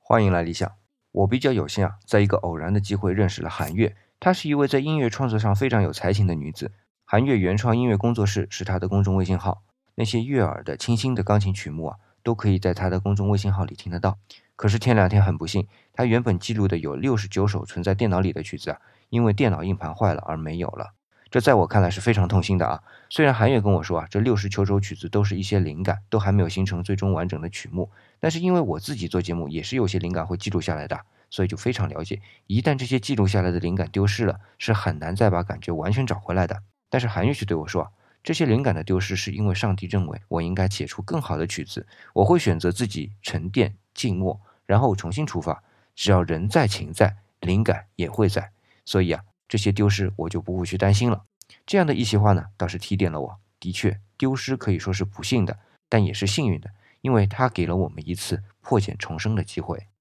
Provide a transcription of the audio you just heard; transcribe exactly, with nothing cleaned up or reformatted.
欢迎来理想。我比较有幸啊，在一个偶然的机会认识了韩月，她是一位在音乐创作上非常有才情的女子。韩月原创音乐工作室是她的公众微信号，那些悦耳的、清新的钢琴曲目啊，都可以在她的公众微信号里听得到。可是前两天很不幸，她原本记录的有六十九首存在电脑里的曲子啊，因为电脑硬盘坏了而没有了。这在我看来是非常痛心的啊！虽然韩月跟我说啊，这六十九首曲子都是一些灵感，都还没有形成最终完整的曲目，但是因为我自己做节目也是有些灵感会记录下来的，所以就非常了解，一旦这些记录下来的灵感丢失了，是很难再把感觉完全找回来的。但是韩月却对我说啊，这些灵感的丢失是因为上帝认为我应该写出更好的曲子，我会选择自己沉淀静默，然后重新出发。只要人在情在，灵感也会在。所以啊，这些丢失我就不会去担心了。这样的一席话呢，倒是提点了我。的确，丢失可以说是不幸的，但也是幸运的，因为它给了我们一次破茧重生的机会。